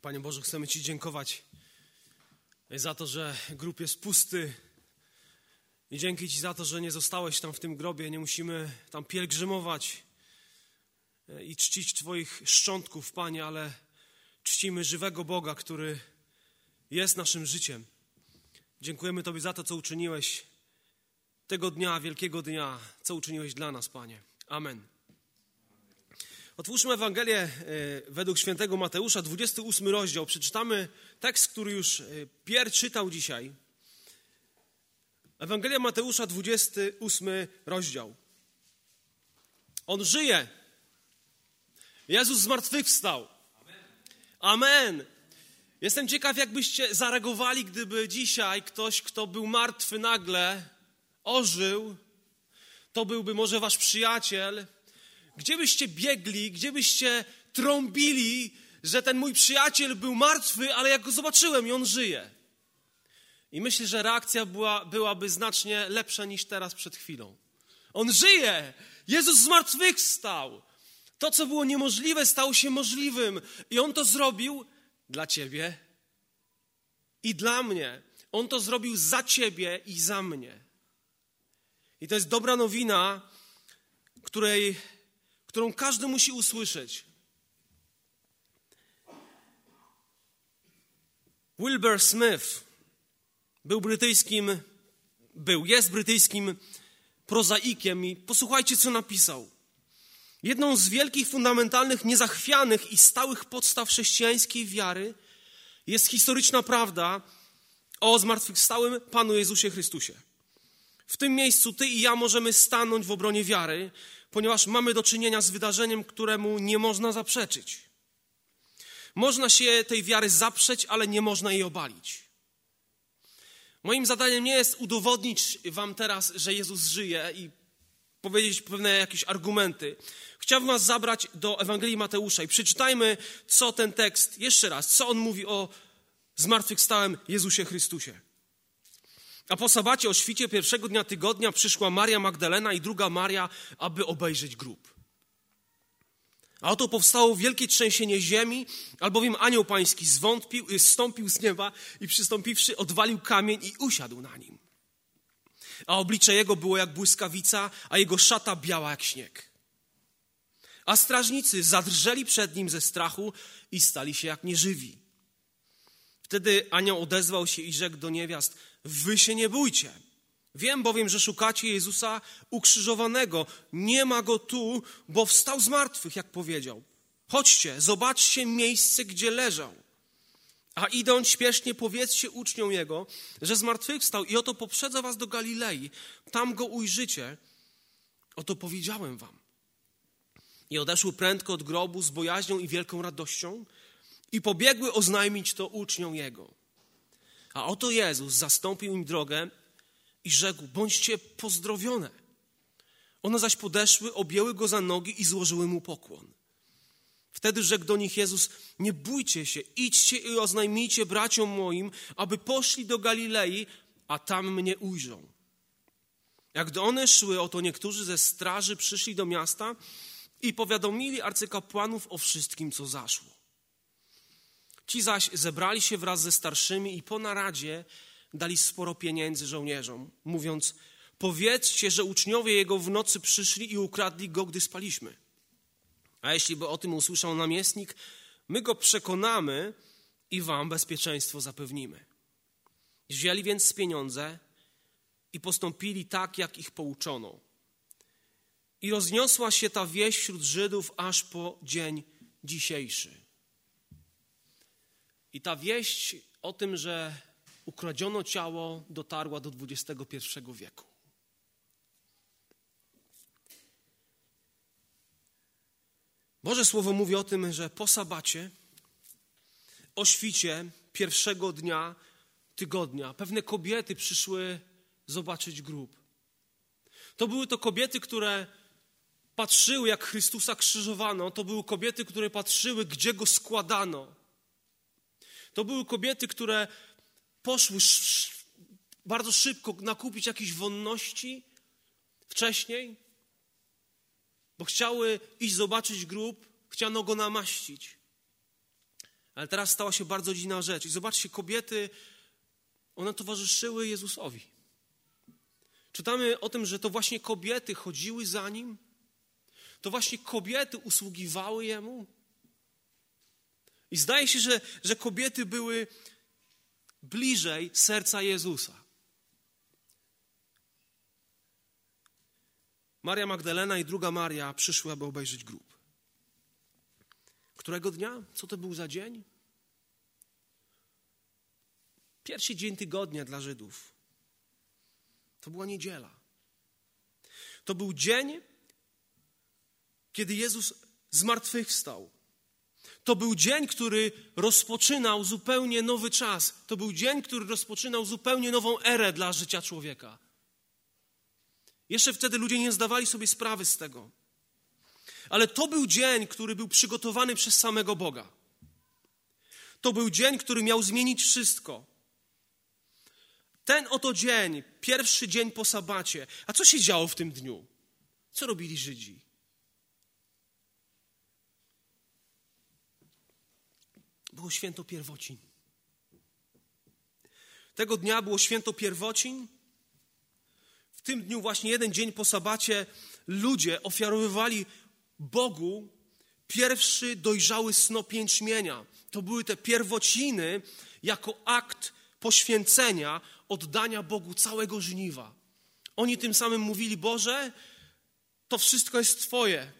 Panie Boże, chcemy Ci dziękować za to, że grób jest pusty i dzięki Ci za to, że nie zostałeś tam w tym grobie, nie musimy tam pielgrzymować i czcić Twoich szczątków, Panie, ale czcimy żywego Boga, który jest naszym życiem. Dziękujemy Tobie za to, co uczyniłeś tego dnia, wielkiego dnia, co uczyniłeś dla nas, Panie. Amen. Otwórzmy Ewangelię według świętego Mateusza, 28 rozdział. Przeczytamy tekst, który już Pier czytał dzisiaj. Ewangelia Mateusza, 28 rozdział. On żyje. Jezus zmartwychwstał. Amen. Jestem ciekaw, jakbyście zareagowali, gdyby dzisiaj ktoś, kto był martwy, nagle ożył. To byłby może wasz przyjaciel. Gdzie byście biegli, gdzie byście trąbili, że ten mój przyjaciel był martwy, ale jak go zobaczyłem i on żyje. I myślę, że reakcja byłaby znacznie lepsza niż teraz przed chwilą. On żyje! Jezus zmartwychwstał! To, co było niemożliwe, stało się możliwym. I On to zrobił dla ciebie i dla mnie. On to zrobił za ciebie i za mnie. I to jest dobra nowina, którą każdy musi usłyszeć. Wilbur Smith jest brytyjskim prozaikiem i posłuchajcie, co napisał. Jedną z wielkich, fundamentalnych, niezachwianych i stałych podstaw chrześcijańskiej wiary jest historyczna prawda o zmartwychwstałym Panu Jezusie Chrystusie. W tym miejscu ty i ja możemy stanąć w obronie wiary, ponieważ mamy do czynienia z wydarzeniem, któremu nie można zaprzeczyć. Można się tej wiary zaprzeć, ale nie można jej obalić. Moim zadaniem nie jest udowodnić wam teraz, że Jezus żyje i powiedzieć pewne jakieś argumenty. Chciałbym was zabrać do Ewangelii Mateusza i przeczytajmy, co ten tekst, jeszcze raz, co on mówi o zmartwychwstałym Jezusie Chrystusie. A po sabacie o świcie pierwszego dnia tygodnia przyszła Maria Magdalena i druga Maria, aby obejrzeć grób. A oto powstało wielkie trzęsienie ziemi, albowiem anioł pański zstąpił z nieba i przystąpiwszy odwalił kamień i usiadł na nim. A oblicze jego było jak błyskawica, a jego szata biała jak śnieg. A strażnicy zadrżeli przed nim ze strachu i stali się jak nieżywi. Wtedy anioł odezwał się i rzekł do niewiast: wy się nie bójcie. Wiem bowiem, że szukacie Jezusa ukrzyżowanego. Nie ma go tu, bo wstał z martwych, jak powiedział. Chodźcie, zobaczcie miejsce, gdzie leżał. A idąc śpiesznie powiedzcie uczniom jego, że zmartwychwstał i oto poprzedza was do Galilei. Tam go ujrzycie. Oto powiedziałem wam. I odeszły prędko od grobu z bojaźnią i wielką radością i pobiegły oznajmić to uczniom jego. A oto Jezus zastąpił im drogę i rzekł: bądźcie pozdrowione. One zaś podeszły, objęły go za nogi i złożyły mu pokłon. Wtedy rzekł do nich Jezus: nie bójcie się, idźcie i oznajmijcie braciom moim, aby poszli do Galilei, a tam mnie ujrzą. Jak gdy one szły, oto niektórzy ze straży przyszli do miasta i powiadomili arcykapłanów o wszystkim, co zaszło. Ci zaś zebrali się wraz ze starszymi i po naradzie dali sporo pieniędzy żołnierzom, mówiąc: powiedzcie, że uczniowie jego w nocy przyszli i ukradli go, gdy spaliśmy. A jeśli by o tym usłyszał namiestnik, my go przekonamy i wam bezpieczeństwo zapewnimy. Wzięli więc pieniądze i postąpili tak, jak ich pouczono. I rozniosła się ta wieść wśród Żydów aż po dzień dzisiejszy. I ta wieść o tym, że ukradziono ciało, dotarła do XXI wieku. Boże Słowo mówi o tym, że po sabacie, o świcie pierwszego dnia tygodnia, pewne kobiety przyszły zobaczyć grób. To były to kobiety, które patrzyły, jak Chrystusa krzyżowano. To były kobiety, które patrzyły, gdzie Go składano. To były kobiety, które poszły bardzo szybko nakupić jakieś wonności wcześniej, bo chciały iść zobaczyć grób, chciano go namaścić. Ale teraz stała się bardzo dziwna rzecz. I zobaczcie, kobiety, one towarzyszyły Jezusowi. Czytamy o tym, że to właśnie kobiety chodziły za Nim. To właśnie kobiety usługiwały Jemu. I zdaje się, że kobiety były bliżej serca Jezusa. Maria Magdalena i druga Maria przyszły, aby obejrzeć grób. Którego dnia? Co to był za dzień? Pierwszy dzień tygodnia dla Żydów. To była niedziela. To był dzień, kiedy Jezus zmartwychwstał. To był dzień, który rozpoczynał zupełnie nowy czas. To był dzień, który rozpoczynał zupełnie nową erę dla życia człowieka. Jeszcze wtedy ludzie nie zdawali sobie sprawy z tego. Ale to był dzień, który był przygotowany przez samego Boga. To był dzień, który miał zmienić wszystko. Ten oto dzień, pierwszy dzień po sabacie. A co się działo w tym dniu? Co robili Żydzi? Było święto pierwocin. Tego dnia było święto pierwocin. W tym dniu, właśnie jeden dzień po sabacie, ludzie ofiarowywali Bogu pierwszy dojrzały snop jęczmienia. To były te pierwociny jako akt poświęcenia, oddania Bogu całego żniwa. Oni tym samym mówili: Boże, to wszystko jest Twoje.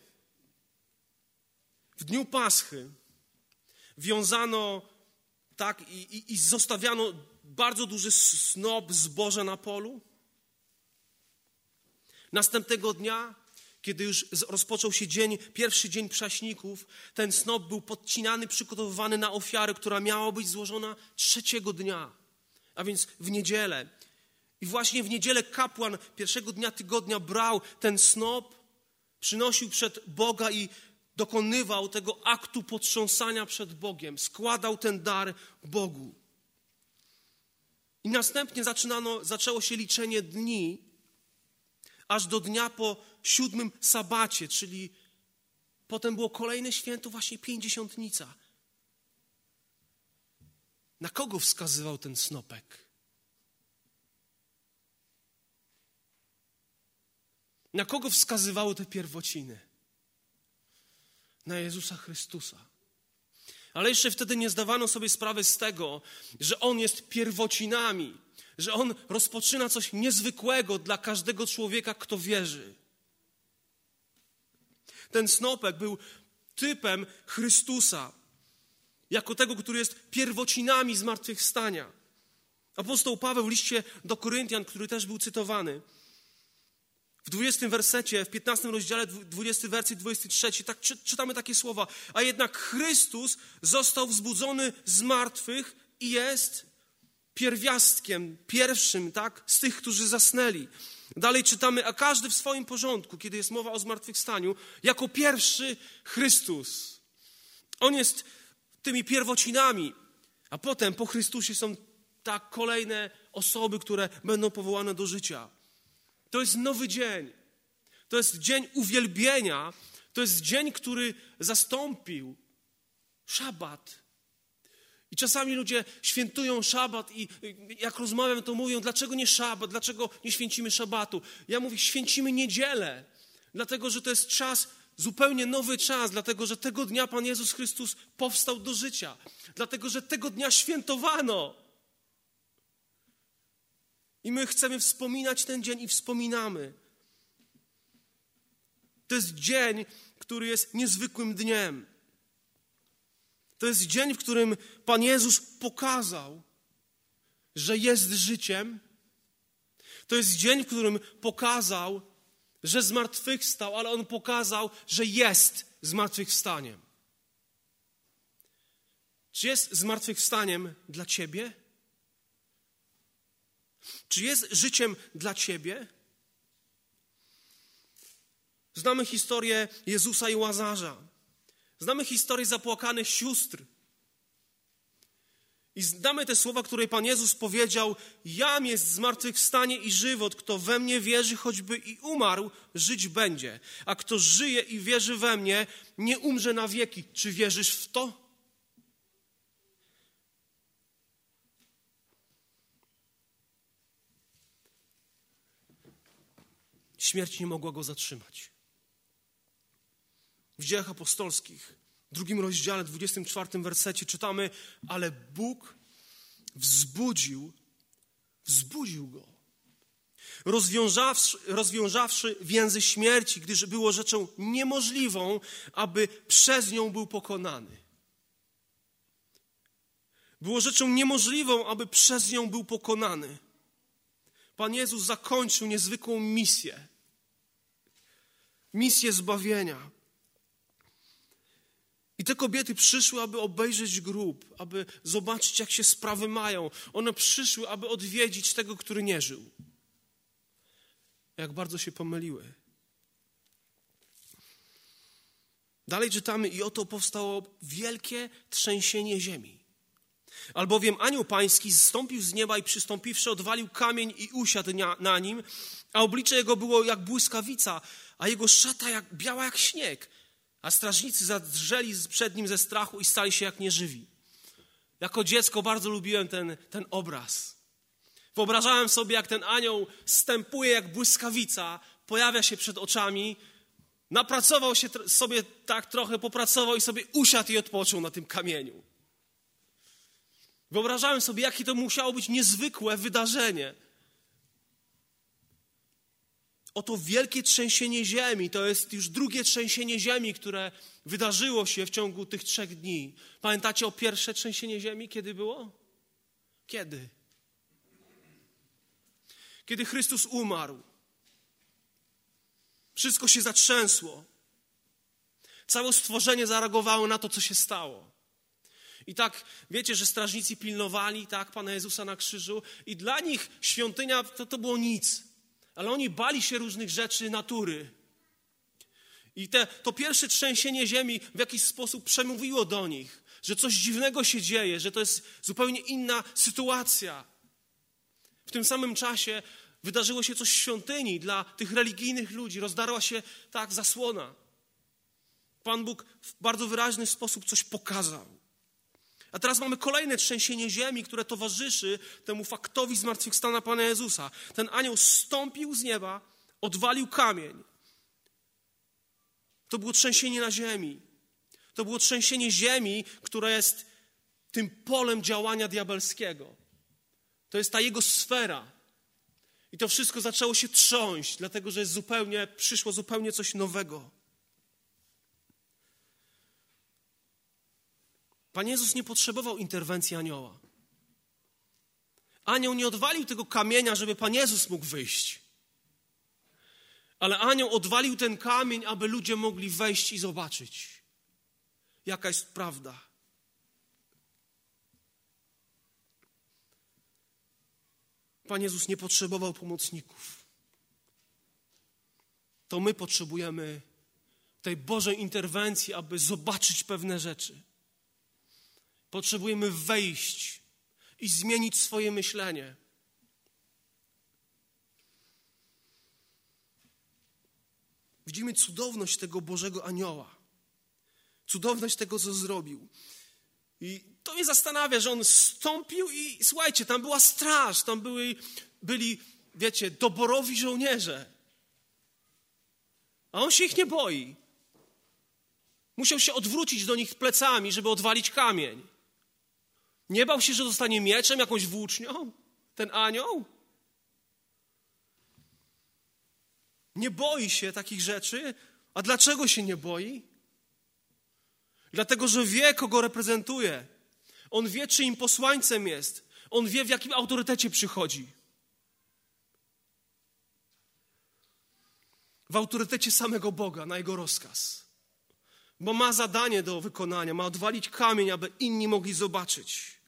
W dniu Paschy wiązano tak i zostawiano bardzo duży snop zboża na polu. Następnego dnia, kiedy już rozpoczął się pierwszy dzień prześników, ten snop był podcinany, przygotowywany na ofiarę, która miała być złożona trzeciego dnia, a więc w niedzielę. I właśnie w niedzielę kapłan pierwszego dnia tygodnia brał ten snop, przynosił przed Boga i dokonywał tego aktu potrząsania przed Bogiem. Składał ten dar Bogu. I następnie zaczęło się liczenie dni, aż do dnia po 7 sabacie, czyli potem było kolejne święto, właśnie Pięćdziesiątnica. Na kogo wskazywał ten snopek? Na kogo wskazywały te pierwociny? Na Jezusa Chrystusa. Ale jeszcze wtedy nie zdawano sobie sprawy z tego, że On jest pierwocinami, że On rozpoczyna coś niezwykłego dla każdego człowieka, kto wierzy. Ten snopek był typem Chrystusa, jako tego, który jest pierwocinami zmartwychwstania. Apostoł Paweł w liście do Koryntian, który też był cytowany, w 20 wersecie, w 15 rozdziale, 20 werset, 23, tak czytamy takie słowa: a jednak Chrystus został wzbudzony z martwych i jest pierwiastkiem, pierwszym, tak, z tych, którzy zasnęli. Dalej czytamy: a każdy w swoim porządku, kiedy jest mowa o zmartwychwstaniu, jako pierwszy Chrystus. On jest tymi pierwocinami, a potem po Chrystusie są tak kolejne osoby, które będą powołane do życia. To jest nowy dzień. To jest dzień uwielbienia. To jest dzień, który zastąpił szabat. I czasami ludzie świętują szabat i jak rozmawiam, to mówią: dlaczego nie szabat, dlaczego nie święcimy szabatu? Ja mówię: święcimy niedzielę, dlatego że to jest czas, zupełnie nowy czas, dlatego że tego dnia Pan Jezus Chrystus powstał do życia, dlatego że tego dnia świętowano. I my chcemy wspominać ten dzień i wspominamy. To jest dzień, który jest niezwykłym dniem. To jest dzień, w którym Pan Jezus pokazał, że jest życiem. To jest dzień, w którym pokazał, że zmartwychwstał, ale On pokazał, że jest zmartwychwstaniem. Czy jest zmartwychwstaniem dla ciebie? Czy jest życiem dla ciebie? Znamy historię Jezusa i Łazarza. Znamy historię zapłakanych sióstr. I znamy te słowa, które Pan Jezus powiedział: jam jest zmartwychwstanie i żywot. Kto we mnie wierzy, choćby i umarł, żyć będzie. A kto żyje i wierzy we mnie, nie umrze na wieki. Czy wierzysz w to? Śmierć nie mogła go zatrzymać. W Dziejach Apostolskich, w 2 rozdziale, 24 wersecie czytamy: ale Bóg wzbudził go, rozwiązawszy więzy śmierci, gdyż było rzeczą niemożliwą, aby przez nią był pokonany. Było rzeczą niemożliwą, aby przez nią był pokonany. Pan Jezus zakończył niezwykłą misję. Misję zbawienia. I te kobiety przyszły, aby obejrzeć grób, aby zobaczyć, jak się sprawy mają. One przyszły, aby odwiedzić tego, który nie żył. Jak bardzo się pomyliły. Dalej czytamy: i oto powstało wielkie trzęsienie ziemi. Albowiem anioł pański zstąpił z nieba i przystąpiwszy odwalił kamień i usiadł na nim, a oblicze jego było jak błyskawica, a jego szata biała jak śnieg. A strażnicy zadrżeli przed nim ze strachu i stali się jak nieżywi. Jako dziecko bardzo lubiłem ten obraz. Wyobrażałem sobie, jak ten anioł stępuje jak błyskawica, pojawia się przed oczami, napracował się sobie tak trochę, popracował i sobie usiadł i odpoczął na tym kamieniu. Wyobrażałem sobie, jakie to musiało być niezwykłe wydarzenie. Oto wielkie trzęsienie ziemi, to jest już drugie trzęsienie ziemi, które wydarzyło się w ciągu tych 3 dni. Pamiętacie o pierwsze trzęsienie ziemi? Kiedy było? Kiedy? Kiedy Chrystus umarł. Wszystko się zatrzęsło. Całe stworzenie zareagowało na to, co się stało. I tak, wiecie, że strażnicy pilnowali Pana Jezusa na krzyżu i dla nich świątynia to było nic. Ale oni bali się różnych rzeczy natury. I to pierwsze trzęsienie ziemi w jakiś sposób przemówiło do nich, że coś dziwnego się dzieje, że to jest zupełnie inna sytuacja. W tym samym czasie wydarzyło się coś w świątyni dla tych religijnych ludzi. Rozdarła się zasłona. Pan Bóg w bardzo wyraźny sposób coś pokazał. A teraz mamy kolejne trzęsienie ziemi, które towarzyszy temu faktowi zmartwychwstania Pana Jezusa. Ten anioł zstąpił z nieba, odwalił kamień. To było trzęsienie na ziemi. To było trzęsienie ziemi, które jest tym polem działania diabelskiego. To jest ta jego sfera. I to wszystko zaczęło się trząść, dlatego że przyszło zupełnie coś nowego. Pan Jezus nie potrzebował interwencji anioła. Anioł nie odwalił tego kamienia, żeby Pan Jezus mógł wyjść. Ale anioł odwalił ten kamień, aby ludzie mogli wejść i zobaczyć, jaka jest prawda. Pan Jezus nie potrzebował pomocników. To my potrzebujemy tej Bożej interwencji, aby zobaczyć pewne rzeczy. Potrzebujemy wejść i zmienić swoje myślenie. Widzimy cudowność tego Bożego Anioła. Cudowność tego, co zrobił. I to mnie zastanawia, że on zstąpił i słuchajcie, tam była straż, tam byli, wiecie, doborowi żołnierze. A on się ich nie boi. Musiał się odwrócić do nich plecami, żeby odwalić kamień. Nie bał się, że dostanie mieczem, jakąś włócznią? Ten anioł? Nie boi się takich rzeczy. A dlaczego się nie boi? Dlatego, że wie, kogo reprezentuje. On wie, czyim posłańcem jest. On wie, w jakim autorytecie przychodzi. W autorytecie samego Boga, na Jego rozkaz. Bo ma zadanie do wykonania, ma odwalić kamień, aby inni mogli zobaczyć.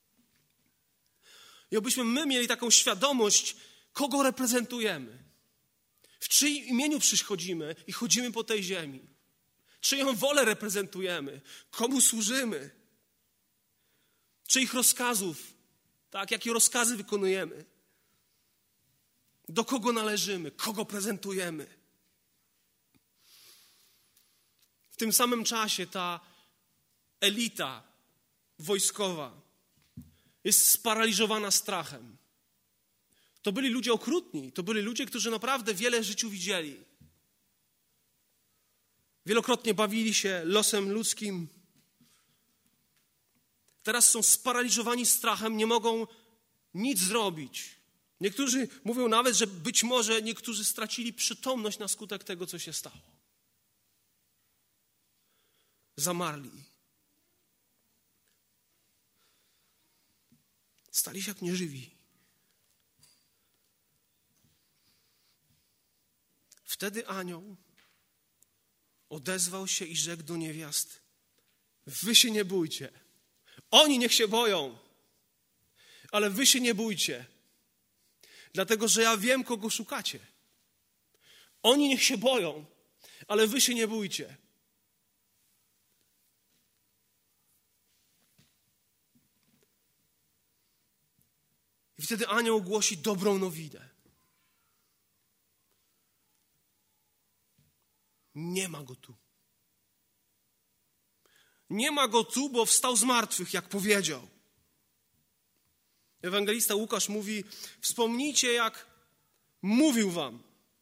I abyśmy my mieli taką świadomość, kogo reprezentujemy. W czyim imieniu przychodzimy i chodzimy po tej ziemi. Czyją wolę reprezentujemy, komu służymy. Czyich rozkazów, jakie rozkazy wykonujemy. Do kogo należymy, kogo prezentujemy. W tym samym czasie ta elita wojskowa jest sparaliżowana strachem. To byli ludzie okrutni, to byli ludzie, którzy naprawdę wiele w życiu widzieli. Wielokrotnie bawili się losem ludzkim. Teraz są sparaliżowani strachem, nie mogą nic zrobić. Niektórzy mówią nawet, że być może niektórzy stracili przytomność na skutek tego, co się stało. Zamarli. Stali się jak nieżywi. Wtedy anioł odezwał się i rzekł do niewiast: wy się nie bójcie. Oni niech się boją, ale wy się nie bójcie, dlatego że ja wiem, kogo szukacie. Oni niech się boją, ale wy się nie bójcie. I wtedy anioł głosi dobrą nowinę. Nie ma go tu. Nie ma go tu, bo wstał z martwych, jak powiedział. Ewangelista Łukasz mówi: wspomnijcie, jak mówił wam,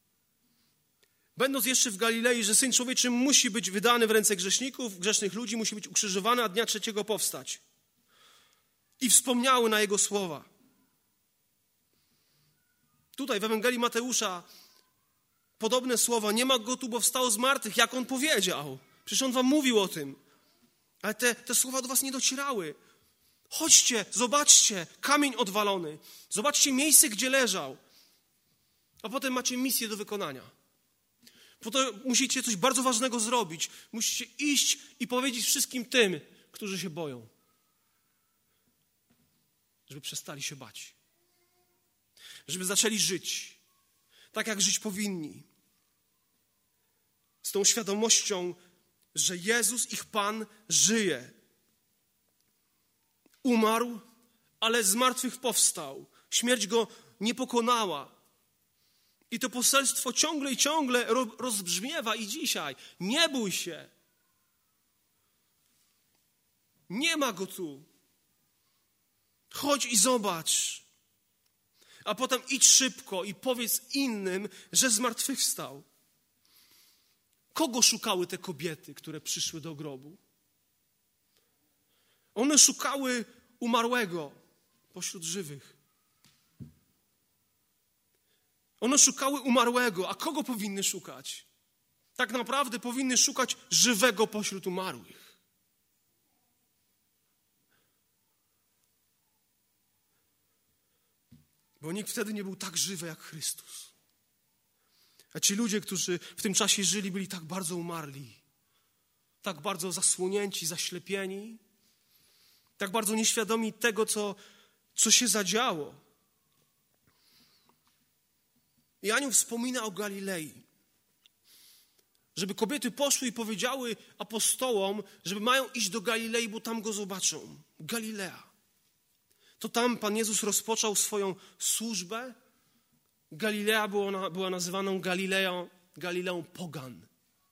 będąc jeszcze w Galilei, że Syn Człowieczy musi być wydany w ręce grzeszników, grzesznych ludzi, musi być ukrzyżowany, a dnia trzeciego powstać. I wspomniały na jego słowa. Tutaj w Ewangelii Mateusza podobne słowa: nie ma go tu, bo wstał z martwych, jak on powiedział. Przecież on wam mówił o tym. Ale te słowa do was nie docierały. Chodźcie, zobaczcie, kamień odwalony. Zobaczcie miejsce, gdzie leżał. A potem macie misję do wykonania. Potem musicie coś bardzo ważnego zrobić. Musicie iść i powiedzieć wszystkim tym, którzy się boją, żeby przestali się bać. Żeby zaczęli żyć tak, jak żyć powinni. Z tą świadomością, że Jezus, ich Pan, żyje. Umarł, ale z martwych powstał. Śmierć go nie pokonała. I to poselstwo ciągle i ciągle rozbrzmiewa i dzisiaj. Nie bój się. Nie ma go tu. Chodź i zobacz. A potem idź szybko i powiedz innym, że zmartwychwstał. Kogo szukały te kobiety, które przyszły do grobu? One szukały umarłego pośród żywych. One szukały umarłego, a kogo powinny szukać? Tak naprawdę powinny szukać żywego pośród umarłych. Bo nikt wtedy nie był tak żywy jak Chrystus. A ci ludzie, którzy w tym czasie żyli, byli tak bardzo umarli, tak bardzo zasłonięci, zaślepieni, tak bardzo nieświadomi tego, co się zadziało. I anioł wspomina o Galilei. Żeby kobiety poszły i powiedziały apostołom, żeby mają iść do Galilei, bo tam go zobaczą. Galilea. To tam Pan Jezus rozpoczął swoją służbę. Galilea była nazywaną Galileą pogan.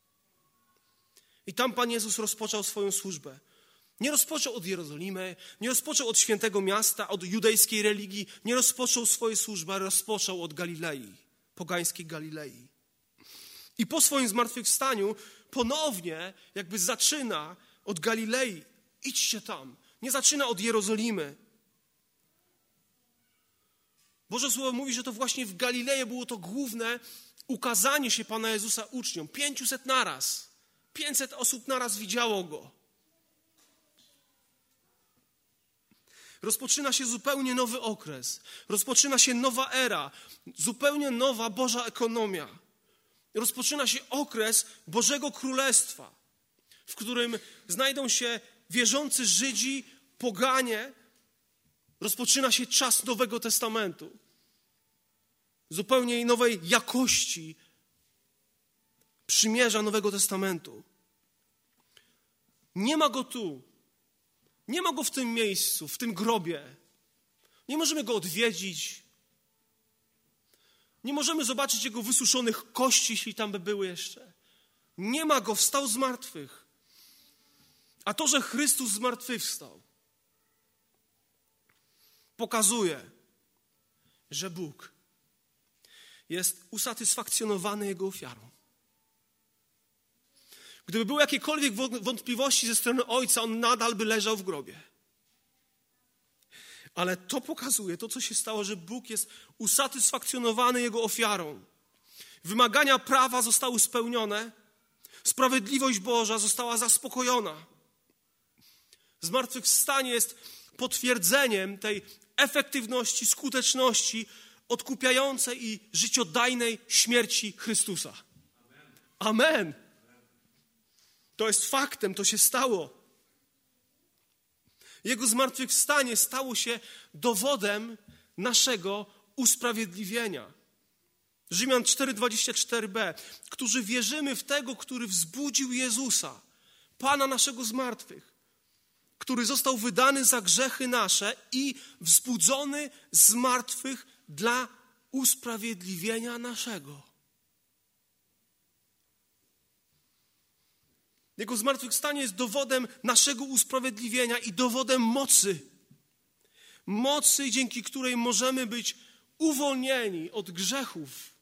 I tam Pan Jezus rozpoczął swoją służbę. Nie rozpoczął od Jerozolimy, nie rozpoczął od świętego miasta, od judejskiej religii, nie rozpoczął swojej służby, ale rozpoczął od Galilei, pogańskiej Galilei. I po swoim zmartwychwstaniu ponownie jakby zaczyna od Galilei. Idźcie tam. Nie zaczyna od Jerozolimy. Boże Słowo mówi, że to właśnie w Galilei było to główne ukazanie się Pana Jezusa uczniom. 500 naraz. 500 osób naraz widziało Go. Rozpoczyna się zupełnie nowy okres. Rozpoczyna się nowa era. Zupełnie nowa Boża ekonomia. Rozpoczyna się okres Bożego Królestwa, w którym znajdą się wierzący Żydzi, poganie. Rozpoczyna się czas Nowego Testamentu. Zupełnie nowej jakości przymierza Nowego Testamentu. Nie ma Go tu. Nie ma Go w tym miejscu, w tym grobie. Nie możemy Go odwiedzić. Nie możemy zobaczyć Jego wysuszonych kości, jeśli tam by były jeszcze. Nie ma Go, wstał z martwych. A to, że Chrystus zmartwychwstał, pokazuje, że Bóg jest usatysfakcjonowany Jego ofiarą. Gdyby były jakiekolwiek wątpliwości ze strony Ojca, On nadal by leżał w grobie. Ale to pokazuje, to co się stało, że Bóg jest usatysfakcjonowany Jego ofiarą. Wymagania prawa zostały spełnione, sprawiedliwość Boża została zaspokojona. Zmartwychwstanie jest potwierdzeniem tej efektywności, skuteczności odkupiającej i życiodajnej śmierci Chrystusa. Amen. To jest faktem, to się stało. Jego zmartwychwstanie stało się dowodem naszego usprawiedliwienia. Rzymian 4:24b. Którzy wierzymy w tego, który wzbudził Jezusa, Pana naszego z martwych, który został wydany za grzechy nasze i wzbudzony z martwych dla usprawiedliwienia naszego. Jego zmartwychwstanie jest dowodem naszego usprawiedliwienia i dowodem mocy. Mocy, dzięki której możemy być uwolnieni od grzechów.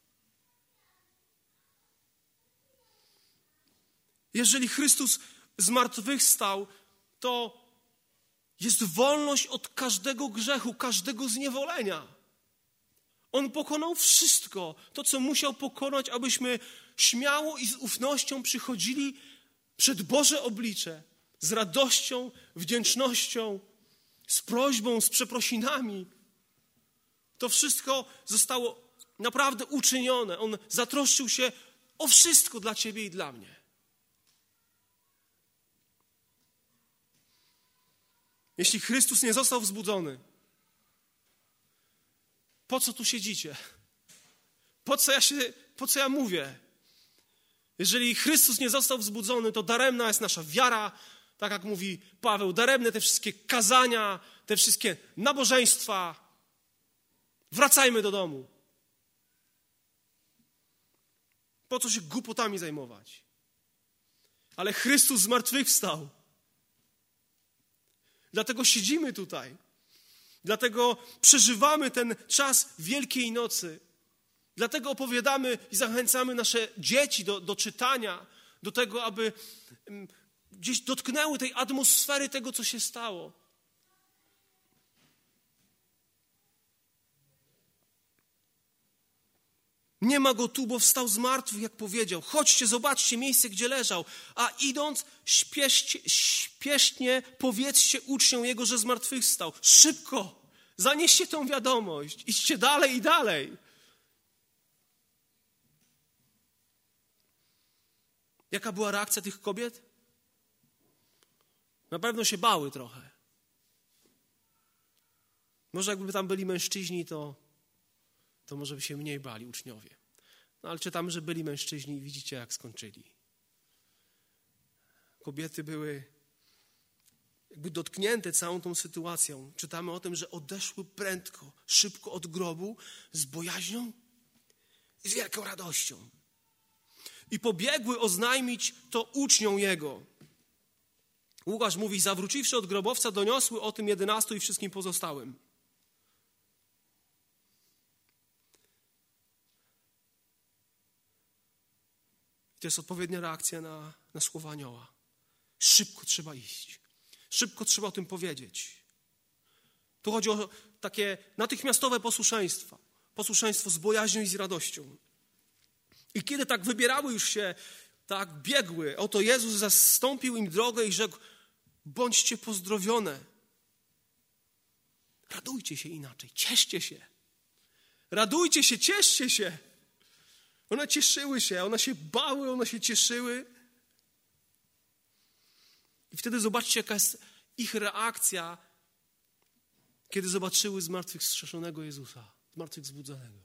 Jeżeli Chrystus zmartwychwstał, to jest wolność od każdego grzechu, każdego zniewolenia. On pokonał wszystko, to co musiał pokonać, abyśmy śmiało i z ufnością przychodzili przed Boże oblicze, z radością, wdzięcznością, z prośbą, z przeprosinami. To wszystko zostało naprawdę uczynione. On zatroszczył się o wszystko dla ciebie i dla mnie. Jeśli Chrystus nie został wzbudzony, po co tu siedzicie? Po co ja mówię? Jeżeli Chrystus nie został wzbudzony, to daremna jest nasza wiara, tak jak mówi Paweł, daremne te wszystkie kazania, te wszystkie nabożeństwa. Wracajmy do domu. Po co się głupotami zajmować? Ale Chrystus zmartwychwstał. Dlatego siedzimy tutaj. Dlatego przeżywamy ten czas Wielkiej Nocy. Dlatego opowiadamy i zachęcamy nasze dzieci do czytania, do tego, aby gdzieś dotknęły tej atmosfery tego, co się stało. Nie ma go tu, bo wstał z martwych, jak powiedział. Chodźcie, zobaczcie miejsce, gdzie leżał. A idąc, śpiesznie powiedzcie uczniom jego, że zmartwychwstał. Szybko, zanieście tą wiadomość. Idźcie dalej i dalej. Jaka była reakcja tych kobiet? Na pewno się bały trochę. Może jakby tam byli mężczyźni, to może by się mniej bali uczniowie. No ale czytamy, że byli mężczyźni i widzicie, jak skończyli. Kobiety były jakby dotknięte całą tą sytuacją. Czytamy o tym, że odeszły prędko, szybko od grobu z bojaźnią i z wielką radością. I pobiegły oznajmić to uczniom Jego. Łukasz mówi, zawróciwszy od grobowca, doniosły o tym 11 i wszystkim pozostałym. To jest odpowiednia reakcja na słowa anioła. Szybko trzeba iść. Szybko trzeba o tym powiedzieć. Tu chodzi o takie natychmiastowe posłuszeństwo. Posłuszeństwo z bojaźnią i z radością. I kiedy tak wybierały już się, tak biegły, oto Jezus zastąpił im drogę i rzekł, bądźcie pozdrowione. Radujcie się inaczej, cieszcie się. Radujcie się, cieszcie się. One cieszyły się, one się bały, one się cieszyły. I wtedy zobaczcie, jaka jest ich reakcja, kiedy zobaczyły zmartwychwskrzeszonego Jezusa, zmartwychwzbudzonego.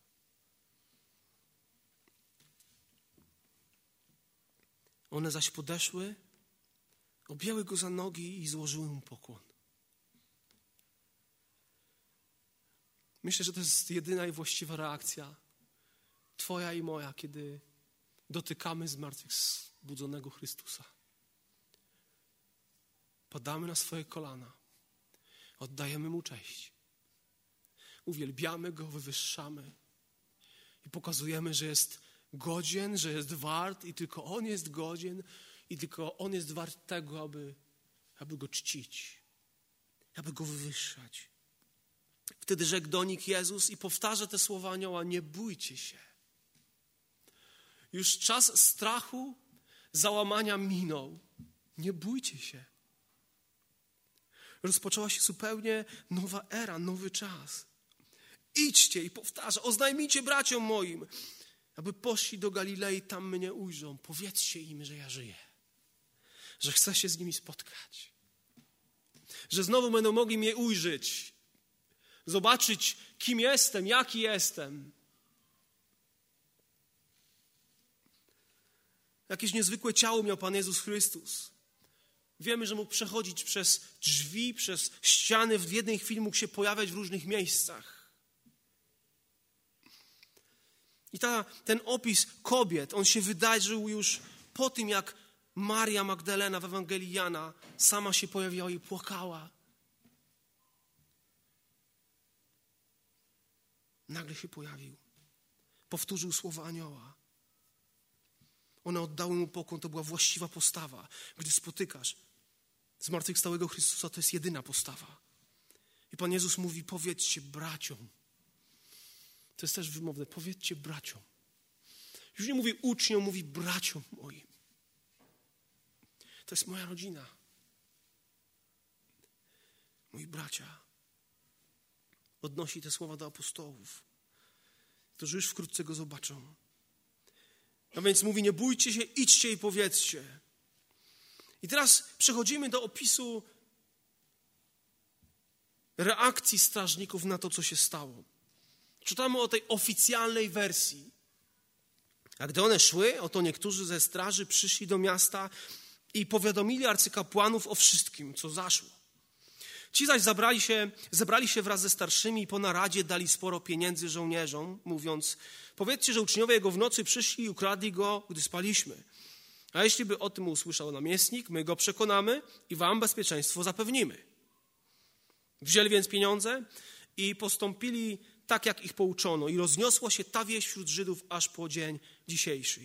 One zaś podeszły, objęły go za nogi i złożyły mu pokłon. Myślę, że to jest jedyna i właściwa reakcja twoja i moja, kiedy dotykamy zmartwychwzbudzonego Chrystusa. Padamy na swoje kolana, oddajemy Mu cześć, uwielbiamy Go, wywyższamy I pokazujemy, że jest godzien, że jest wart i tylko On jest godzien i tylko On jest wart tego, aby Go czcić, aby Go wywyższać. Wtedy rzekł do nich Jezus i powtarza te słowa anioła: nie bójcie się. Już czas strachu, załamania minął. Nie bójcie się. Rozpoczęła się zupełnie nowa era, nowy czas. Idźcie, i powtarza, oznajmijcie braciom moim, aby poszli do Galilei, tam mnie ujrzą. Powiedzcie im, że ja żyję, że chcę się z nimi spotkać, że znowu będą mogli mnie ujrzeć, zobaczyć, kim jestem, jaki jestem. Jakieś niezwykłe ciało miał Pan Jezus Chrystus. Wiemy, że mógł przechodzić przez drzwi, przez ściany, w jednej chwili mógł się pojawiać w różnych miejscach. I ten opis kobiet, on się wydarzył już po tym, jak Maria Magdalena w Ewangelii Jana sama się pojawiła i płakała. Nagle się pojawił. Powtórzył słowa anioła. One oddały mu pokłon, to była właściwa postawa. Gdy spotykasz zmartwychwstałego Chrystusa, to jest jedyna postawa. I Pan Jezus mówi: powiedzcie braciom. To jest też wymowne. Powiedzcie braciom. Już nie mówi uczniom, mówi braciom moim. To jest moja rodzina. Moi bracia. Odnosi te słowa do apostołów, którzy już wkrótce Go zobaczą. A więc mówi: nie bójcie się, idźcie i powiedzcie. I teraz przechodzimy do opisu reakcji strażników na to, co się stało. Czytamy o tej oficjalnej wersji. A gdy one szły, oto niektórzy ze straży przyszli do miasta i powiadomili arcykapłanów o wszystkim, co zaszło. Ci zaś zebrali się wraz ze starszymi i po naradzie dali sporo pieniędzy żołnierzom, mówiąc: powiedzcie, że uczniowie jego w nocy przyszli i ukradli go, gdy spaliśmy. A jeśli by o tym usłyszał namiestnik, my go przekonamy i wam bezpieczeństwo zapewnimy. Wzięli więc pieniądze i postąpili tak, jak ich pouczono. I rozniosła się ta wieść wśród Żydów aż po dzień dzisiejszy.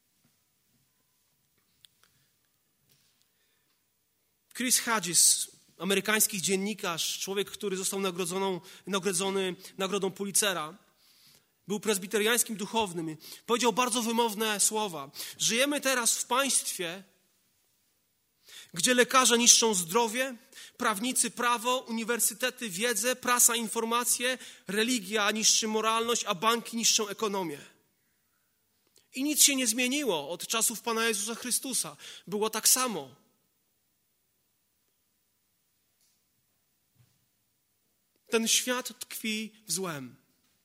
Chris Hedges, amerykański dziennikarz, człowiek, który został nagrodzony nagrodą Pulitzera, był prezbiteriańskim duchownym, powiedział bardzo wymowne słowa. Żyjemy teraz w państwie, gdzie lekarze niszczą zdrowie, prawnicy prawo, uniwersytety wiedzę, prasa informacje, religia niszczy moralność, a banki niszczą ekonomię. I nic się nie zmieniło od czasów Pana Jezusa Chrystusa. Było tak samo. Ten świat tkwi w złem.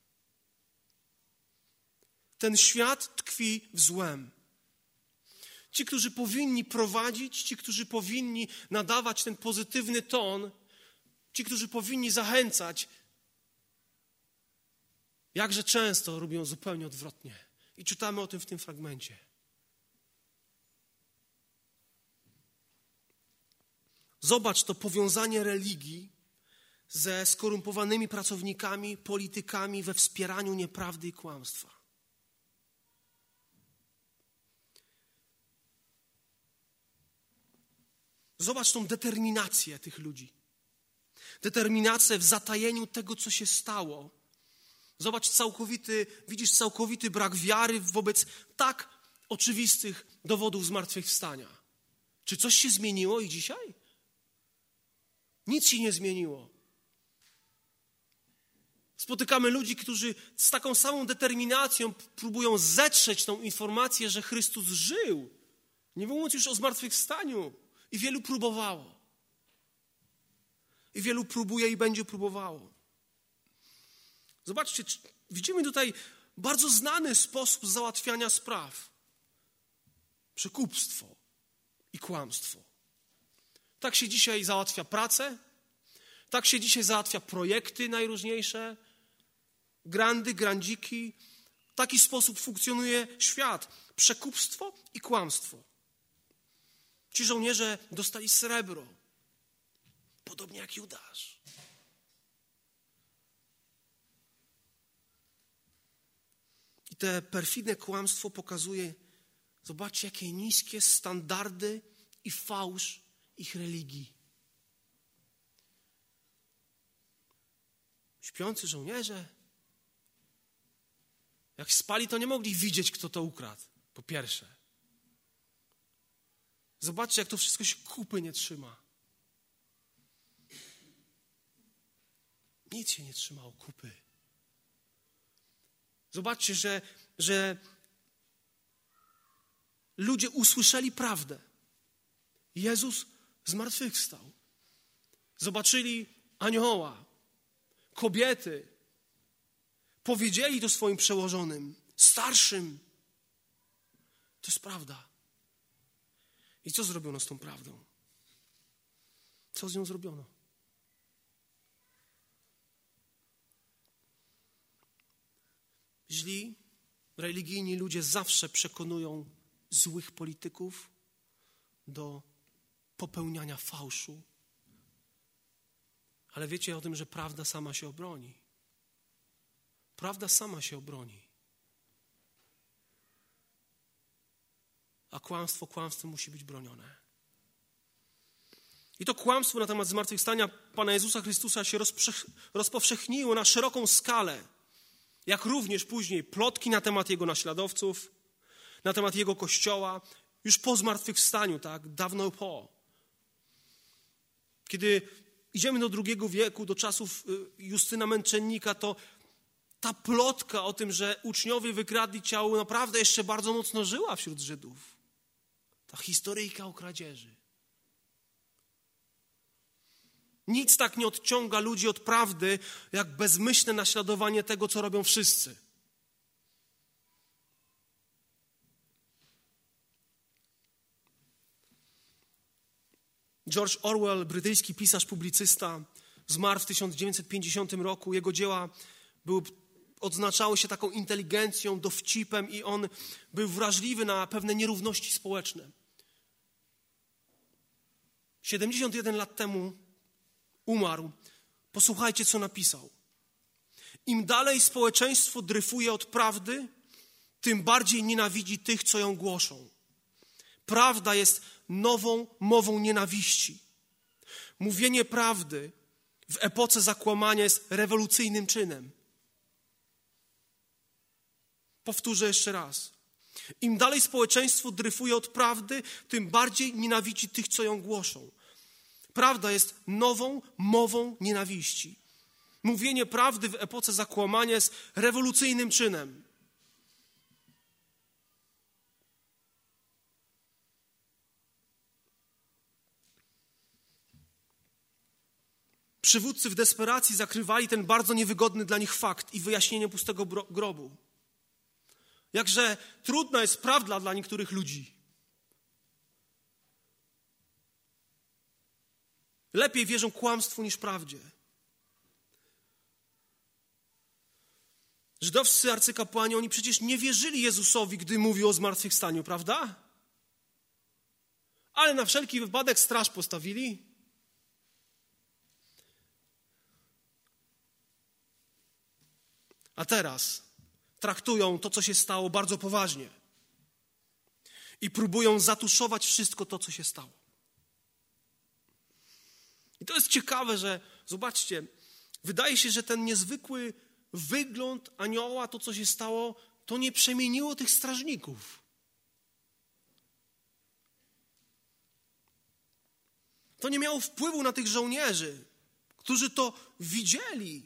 Ten świat tkwi w złem. Ci, którzy powinni prowadzić, ci, którzy powinni nadawać ten pozytywny ton, ci, którzy powinni zachęcać, jakże często robią zupełnie odwrotnie. I czytamy o tym w tym fragmencie. Zobacz to powiązanie religii ze skorumpowanymi pracownikami, politykami we wspieraniu nieprawdy i kłamstwa. Zobacz tą determinację tych ludzi. Determinację w zatajeniu tego, co się stało. Zobacz widzisz całkowity brak wiary wobec tak oczywistych dowodów zmartwychwstania. Czy coś się zmieniło i dzisiaj? Nic się nie zmieniło. Spotykamy ludzi, którzy z taką samą determinacją próbują zetrzeć tą informację, że Chrystus żył. Nie mówiąc już o zmartwychwstaniu. I wielu próbowało. I wielu próbuje i będzie próbowało. Zobaczcie, widzimy tutaj bardzo znany sposób załatwiania spraw. Przekupstwo i kłamstwo. Tak się dzisiaj załatwia pracę, tak się dzisiaj załatwia projekty najróżniejsze, grandziki. W taki sposób funkcjonuje świat. Przekupstwo i kłamstwo. Ci żołnierze dostali srebro, podobnie jak Judasz. I te perfidne kłamstwo pokazuje, zobaczcie, jakie niskie standardy i fałsz ich religii. Śpiący żołnierze, jak spali, to nie mogli widzieć, kto to ukradł, po pierwsze. Zobaczcie, jak to wszystko się kupy nie trzyma. Nic się nie trzymało kupy. Zobaczcie, że ludzie usłyszeli prawdę. Jezus zmartwychwstał. Zobaczyli anioła, kobiety. Powiedzieli to swoim przełożonym, starszym. To jest prawda. I co zrobiono z tą prawdą? Co z nią zrobiono? Źli, religijni ludzie zawsze przekonują złych polityków do popełniania fałszu. Ale wiecie o tym, że prawda sama się obroni. Prawda sama się obroni. A kłamstwo kłamstwem musi być bronione. I to kłamstwo na temat zmartwychwstania Pana Jezusa Chrystusa się rozpowszechniło na szeroką skalę. Jak również później plotki na temat Jego naśladowców, na temat Jego Kościoła, już po zmartwychwstaniu, tak, dawno po. Kiedy idziemy do II wieku, do czasów Justyna Męczennika, to ta plotka o tym, że uczniowie wykradli ciało, naprawdę jeszcze bardzo mocno żyła wśród Żydów. Ta historyjka o kradzieży. Nic tak nie odciąga ludzi od prawdy, jak bezmyślne naśladowanie tego, co robią wszyscy. George Orwell, brytyjski pisarz, publicysta, zmarł w 1950 roku. Jego dzieła odznaczały się taką inteligencją, dowcipem i on był wrażliwy na pewne nierówności społeczne. 71 lat temu umarł. Posłuchajcie, co napisał. Im dalej społeczeństwo dryfuje od prawdy, tym bardziej nienawidzi tych, co ją głoszą. Prawda jest nową mową nienawiści. Mówienie prawdy w epoce zakłamania jest rewolucyjnym czynem. Powtórzę jeszcze raz. Im dalej społeczeństwo dryfuje od prawdy, tym bardziej nienawidzi tych, co ją głoszą. Prawda jest nową mową nienawiści. Mówienie prawdy w epoce zakłamania jest rewolucyjnym czynem. Przywódcy w desperacji zakrywali ten bardzo niewygodny dla nich fakt i wyjaśnienie pustego grobu. Jakże trudna jest prawda dla niektórych ludzi. Lepiej wierzą kłamstwu niż prawdzie. Żydowscy arcykapłani, oni przecież nie wierzyli Jezusowi, gdy mówił o zmartwychwstaniu, prawda? Ale na wszelki wypadek straż postawili. A teraz traktują to, co się stało, bardzo poważnie. I próbują zatuszować wszystko to, co się stało. I to jest ciekawe, że zobaczcie, wydaje się, że ten niezwykły wygląd anioła, to, co się stało, to nie przemieniło tych strażników. To nie miało wpływu na tych żołnierzy, którzy to widzieli.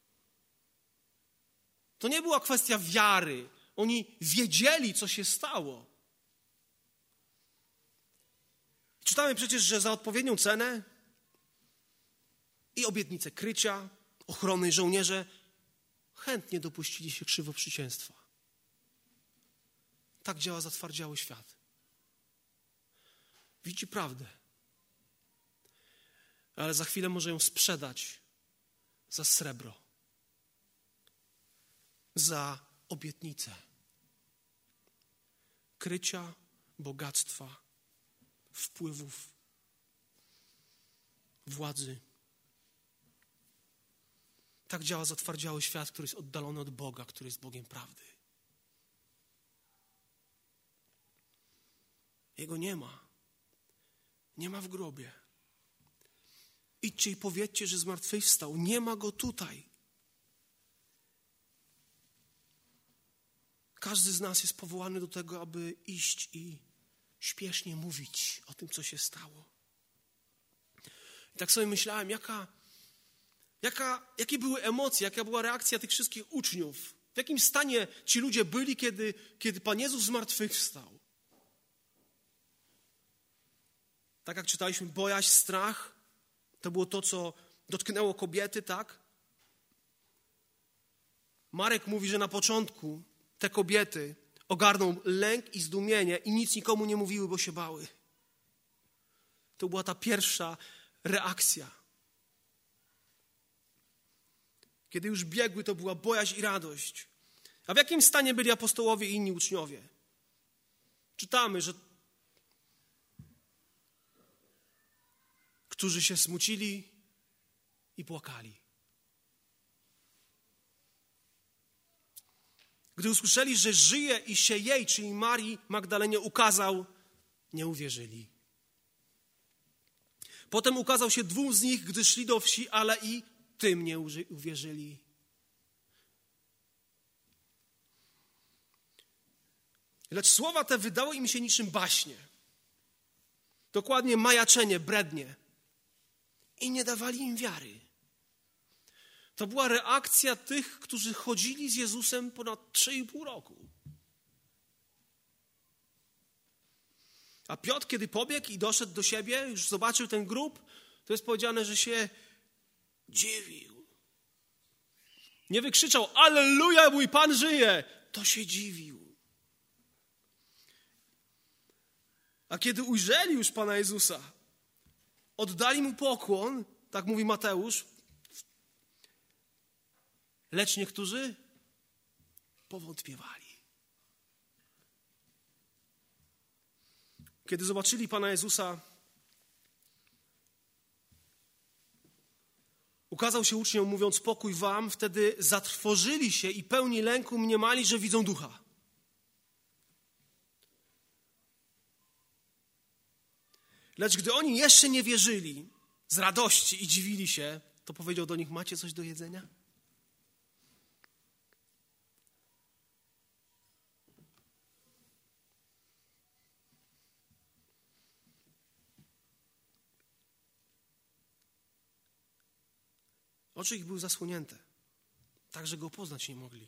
To nie była kwestia wiary. Oni wiedzieli, co się stało. Czytamy przecież, że za odpowiednią cenę i obietnicę krycia, ochrony żołnierze chętnie dopuścili się krzywoprzysięstwa. Tak działa zatwardziały świat. Widzi prawdę, ale za chwilę może ją sprzedać za srebro, za obietnicę krycia, bogactwa, wpływów, władzy. Tak działa zatwardziały świat, który jest oddalony od Boga, który jest Bogiem prawdy. Jego nie ma. Nie ma w grobie. Idźcie i powiedzcie, że zmartwychwstał. Nie ma Go tutaj. Każdy z nas jest powołany do tego, aby iść i śpiesznie mówić o tym, co się stało. I tak sobie myślałem, jakie były emocje, jaka była reakcja tych wszystkich uczniów. W jakim stanie ci ludzie byli, kiedy Pan Jezus zmartwychwstał. Tak jak czytaliśmy, bojaźń, strach, to było to, co dotknęło kobiety, tak? Marek mówi, że na początku te kobiety ogarną lęk i zdumienie i nic nikomu nie mówiły, bo się bały. To była ta pierwsza reakcja. Kiedy już biegły, to była bojaźń i radość. A w jakim stanie byli apostołowie i inni uczniowie? Czytamy, że którzy się smucili i płakali. Gdy usłyszeli, że żyje i się jej, czyli Marii Magdalenie, ukazał, nie uwierzyli. Potem ukazał się 2 z nich, gdy szli do wsi, ale i tym nie uwierzyli. Lecz słowa te wydały im się niczym baśnie. Dokładnie majaczenie, brednie. I nie dawali im wiary. To była reakcja tych, którzy chodzili z Jezusem ponad 3,5 roku. A Piotr, kiedy pobiegł i doszedł do siebie, już zobaczył ten grób, to jest powiedziane, że się dziwił. Nie wykrzyczał: Alleluja, mój Pan żyje! To się dziwił. A kiedy ujrzeli już Pana Jezusa, oddali Mu pokłon, tak mówi Mateusz, lecz niektórzy powątpiewali. Kiedy zobaczyli Pana Jezusa, ukazał się uczniom, mówiąc: pokój wam, wtedy zatrwożyli się i pełni lęku mniemali, że widzą ducha. Lecz gdy oni jeszcze nie wierzyli z radości i dziwili się, to powiedział do nich: macie coś do jedzenia? Oczy ich były zasłonięte, tak że Go poznać nie mogli.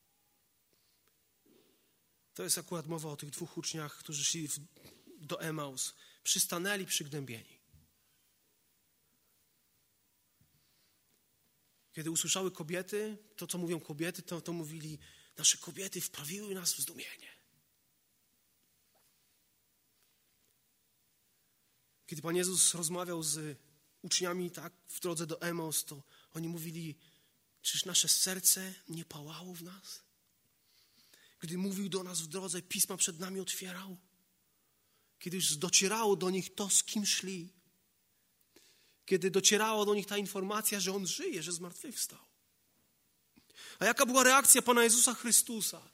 To jest akurat mowa o tych 2 uczniach, którzy szli do Emaus. Przystanęli przygnębieni. Kiedy usłyszały kobiety, to co mówią kobiety, to mówili: nasze kobiety wprawiły nas w zdumienie. Kiedy Pan Jezus rozmawiał z uczniami tak w drodze do Emaus, to oni mówili: czyż nasze serce nie pałało w nas? Gdy mówił do nas w drodze, pisma przed nami otwierał. Kiedy już docierało do nich to, z kim szli. Kiedy docierało do nich ta informacja, że On żyje, że zmartwychwstał. A jaka była reakcja Pana Jezusa Chrystusa?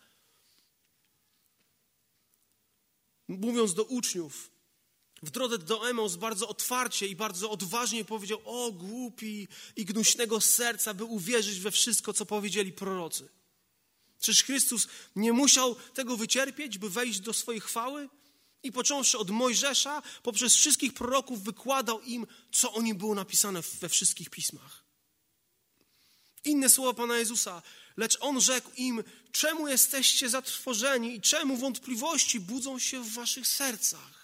Mówiąc do uczniów, w drodze do Emaus bardzo otwarcie i bardzo odważnie powiedział: o głupi i gnuśnego serca, by uwierzyć we wszystko, co powiedzieli prorocy. Czyż Chrystus nie musiał tego wycierpieć, by wejść do swojej chwały? I począwszy od Mojżesza, poprzez wszystkich proroków wykładał im, co o nim było napisane we wszystkich pismach. Inne słowa Pana Jezusa: lecz On rzekł im: czemu jesteście zatrwożeni i czemu wątpliwości budzą się w waszych sercach?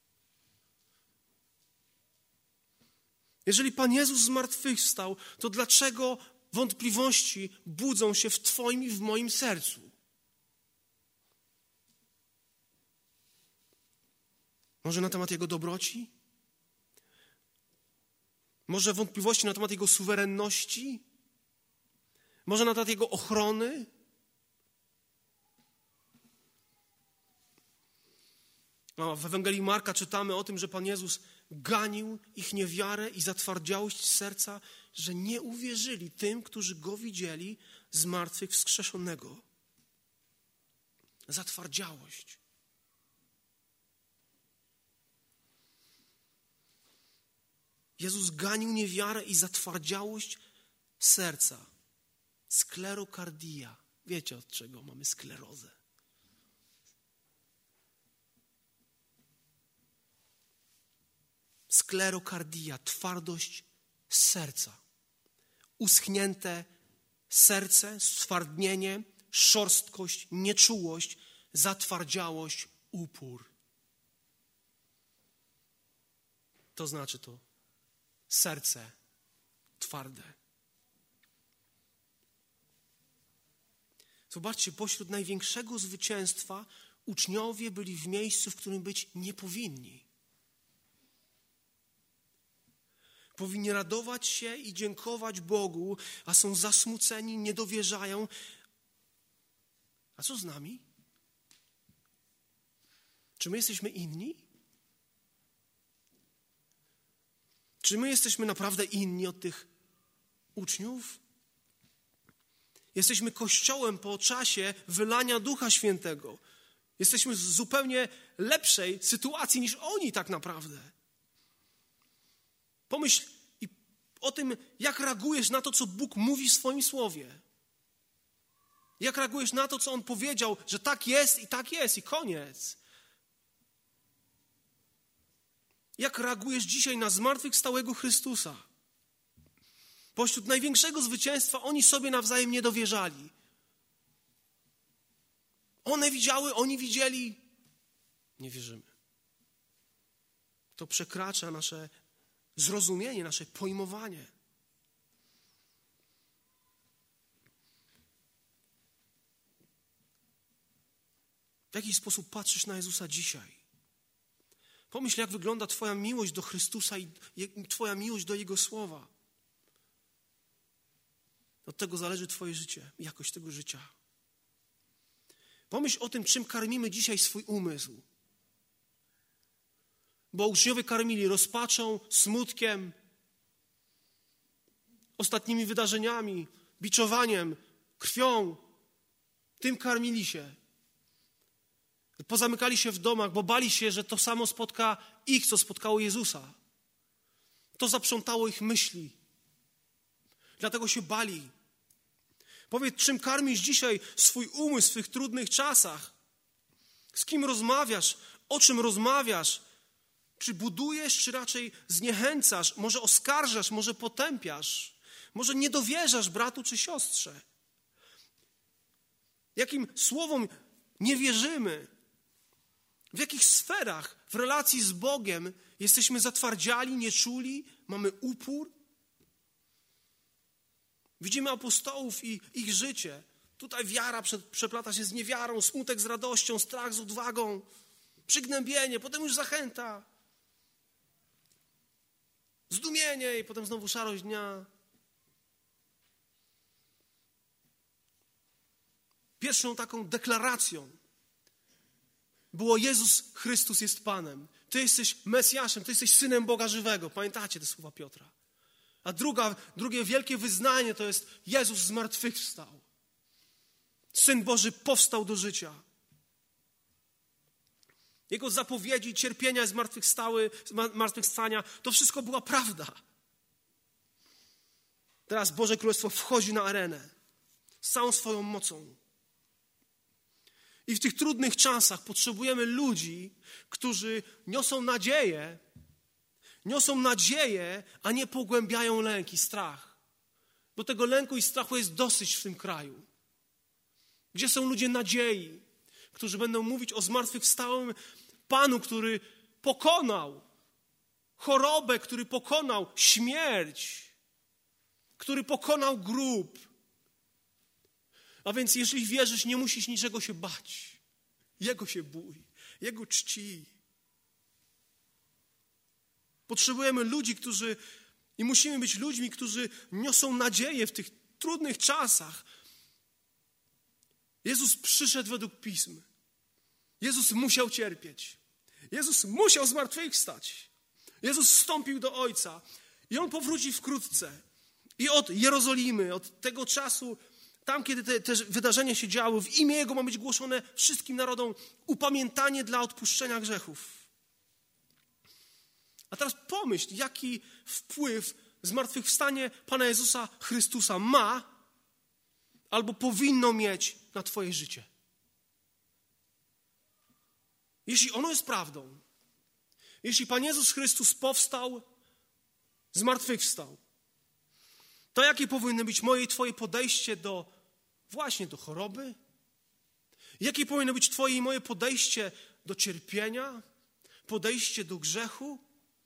Jeżeli Pan Jezus zmartwychwstał, to dlaczego wątpliwości budzą się w Twoim i w moim sercu? Może na temat Jego dobroci? Może wątpliwości na temat Jego suwerenności? Może na temat Jego ochrony? W Ewangelii Marka czytamy o tym, że Pan Jezus ganił ich niewiarę i zatwardziałość serca, że nie uwierzyli tym, którzy Go widzieli zmartwychwskrzeszonego. Zatwardziałość. Jezus ganił niewiarę i zatwardziałość serca. Sklerokardia. Wiecie, od czego mamy sklerozę. Sklerokardia, twardość serca. Uschnięte serce, stwardnienie, szorstkość, nieczułość, zatwardziałość, upór. To znaczy to serce twarde. Zobaczcie, pośród największego zwycięstwa uczniowie byli w miejscu, w którym być nie powinni. Powinni radować się i dziękować Bogu, a są zasmuceni, nie dowierzają. A co z nami? Czy my jesteśmy inni? Czy my jesteśmy naprawdę inni od tych uczniów? Jesteśmy Kościołem po czasie wylania Ducha Świętego. Jesteśmy w zupełnie lepszej sytuacji niż oni tak naprawdę. Pomyśl o tym, jak reagujesz na to, co Bóg mówi w swoim Słowie. Jak reagujesz na to, co On powiedział, że tak jest i koniec. Jak reagujesz dzisiaj na zmartwychwstałego Chrystusa? Pośród największego zwycięstwa oni sobie nawzajem nie dowierzali. One widziały, oni widzieli. Nie wierzymy. To przekracza nasze zrozumienie, nasze pojmowanie. W jaki sposób patrzysz na Jezusa dzisiaj? Pomyśl, jak wygląda twoja miłość do Chrystusa i twoja miłość do Jego Słowa. Od tego zależy twoje życie, jakość tego życia. Pomyśl o tym, czym karmimy dzisiaj swój umysł. Bo uczniowie karmili rozpaczą, smutkiem, ostatnimi wydarzeniami, biczowaniem, krwią. Tym karmili się. Pozamykali się w domach, bo bali się, że to samo spotka ich, co spotkało Jezusa. To zaprzątało ich myśli. Dlatego się bali. Powiedz, czym karmisz dzisiaj swój umysł w tych trudnych czasach? Z kim rozmawiasz? O czym rozmawiasz? Czy budujesz, czy raczej zniechęcasz? Może oskarżasz, może potępiasz? Może nie dowierzasz bratu czy siostrze? Jakim słowom nie wierzymy? W jakich sferach w relacji z Bogiem jesteśmy zatwardziali, nieczuli, mamy upór? Widzimy apostołów i ich życie. Tutaj wiara przeplata się z niewiarą, smutek z radością, strach z odwagą, przygnębienie, potem już zachęta, zdumienie i potem znowu szarość dnia. Pierwszą taką deklaracją było: Jezus Chrystus jest Panem. Ty jesteś Mesjaszem, Ty jesteś Synem Boga żywego. Pamiętacie te słowa Piotra? A drugie wielkie wyznanie to jest: Jezus zmartwychwstał. Syn Boży powstał do życia. Jego zapowiedzi, cierpienia, zmartwychwstania, to wszystko była prawda. Teraz Boże Królestwo wchodzi na arenę z całą swoją mocą. I w tych trudnych czasach potrzebujemy ludzi, którzy niosą nadzieję, a nie pogłębiają lęk i strach. Bo tego lęku i strachu jest dosyć w tym kraju. Gdzie są ludzie nadziei, którzy będą mówić o zmartwychwstałym Panu, który pokonał chorobę, który pokonał śmierć, który pokonał grób. A więc jeśli wierzysz, nie musisz niczego się bać. Jego się bój, Jego czci. Potrzebujemy ludzi, i musimy być ludźmi, którzy niosą nadzieję w tych trudnych czasach. Jezus przyszedł według Pism. Jezus musiał cierpieć. Jezus musiał zmartwychwstać. Jezus wstąpił do Ojca i On powróci wkrótce. I od Jerozolimy, od tego czasu, tam kiedy te wydarzenia się działy, w imię Jego ma być głoszone wszystkim narodom upamiętanie dla odpuszczenia grzechów. A teraz pomyśl, jaki wpływ zmartwychwstanie Pana Jezusa Chrystusa ma albo powinno mieć na twoje życie. Jeśli ono jest prawdą, jeśli Pan Jezus Chrystus powstał, zmartwychwstał, to jakie powinno być moje i twoje podejście właśnie do choroby? Jakie powinno być twoje i moje podejście do cierpienia, podejście do grzechu,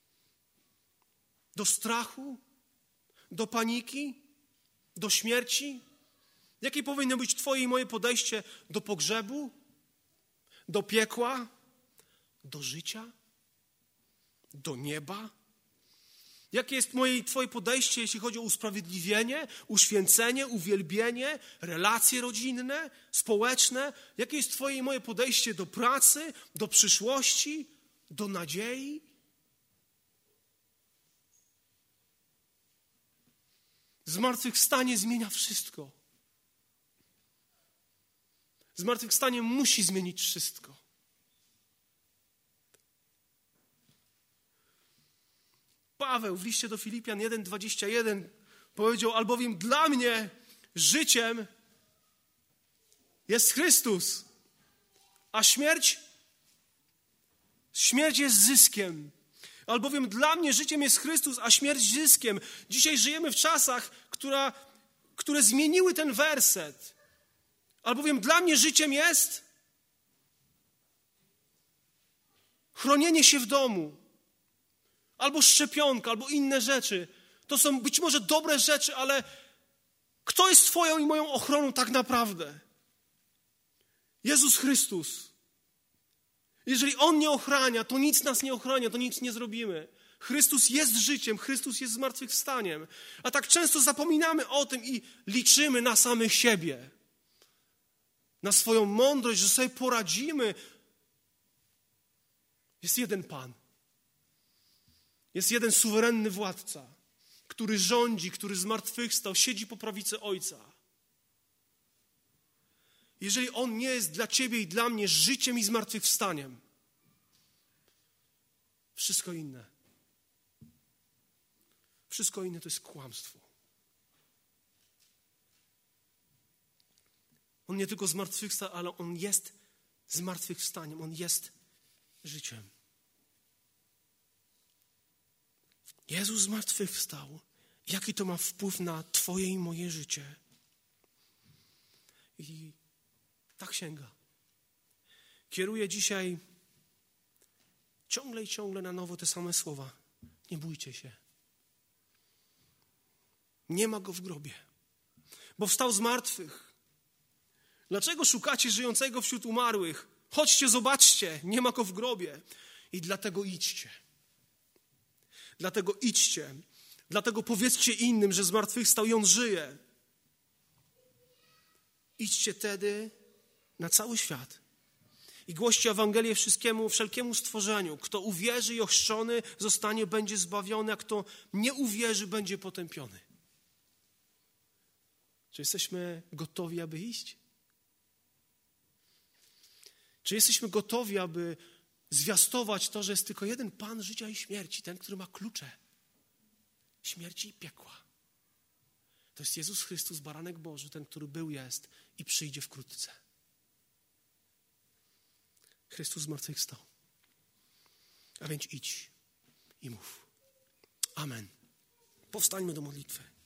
do strachu, do paniki, do śmierci? Jakie powinno być twoje i moje podejście do pogrzebu, do piekła, do życia, do nieba? Jakie jest moje i twoje podejście, jeśli chodzi o usprawiedliwienie, uświęcenie, uwielbienie, relacje rodzinne, społeczne? Jakie jest twoje i moje podejście do pracy, do przyszłości, do nadziei? Zmartwychwstanie zmienia wszystko. Zmartwychwstanie musi zmienić wszystko. Paweł w liście do Filipian 1:21 powiedział: albowiem dla mnie życiem jest Chrystus, a śmierć jest zyskiem. Albowiem dla mnie życiem jest Chrystus, a śmierć zyskiem. Dzisiaj żyjemy w czasach, które zmieniły ten werset. Albowiem dla mnie życiem jest chronienie się w domu, albo szczepionka, albo inne rzeczy. To są być może dobre rzeczy, ale kto jest twoją i moją ochroną tak naprawdę? Jezus Chrystus. Jeżeli On nie ochrania, to nic nas nie ochrania, to nic nie zrobimy. Chrystus jest życiem, Chrystus jest zmartwychwstaniem. A tak często zapominamy o tym i liczymy na samych siebie. Na swoją mądrość, że sobie poradzimy. Jest jeden Pan. Jest jeden suwerenny władca, który rządzi, który zmartwychwstał, siedzi po prawicy Ojca. Jeżeli On nie jest dla ciebie i dla mnie życiem i zmartwychwstaniem, wszystko inne to jest kłamstwo. On nie tylko zmartwychwstał, ale On jest zmartwychwstaniem, On jest życiem. Jezus zmartwychwstał. Jaki to ma wpływ na twoje i moje życie? I ta księga kieruje dzisiaj ciągle i ciągle na nowo te same słowa. Nie bójcie się. Nie ma Go w grobie, bo wstał z martwych. Dlaczego szukacie żyjącego wśród umarłych? Chodźcie, zobaczcie, nie ma Go w grobie. I dlatego idźcie. Dlatego idźcie. Dlatego powiedzcie innym, że zmartwychwstał i On żyje. Idźcie tedy na cały świat i głoście Ewangelię wszelkiemu stworzeniu. Kto uwierzy i ochrzczony zostanie, będzie zbawiony, a kto nie uwierzy, będzie potępiony. Czy jesteśmy gotowi, aby iść? Czy jesteśmy gotowi, aby zwiastować to, że jest tylko jeden Pan życia i śmierci, ten, który ma klucze śmierci i piekła? To jest Jezus Chrystus, Baranek Boży, ten, który był, jest i przyjdzie wkrótce. Chrystus zmartwychwstał. A więc idź i mów. Amen. Powstańmy do modlitwy.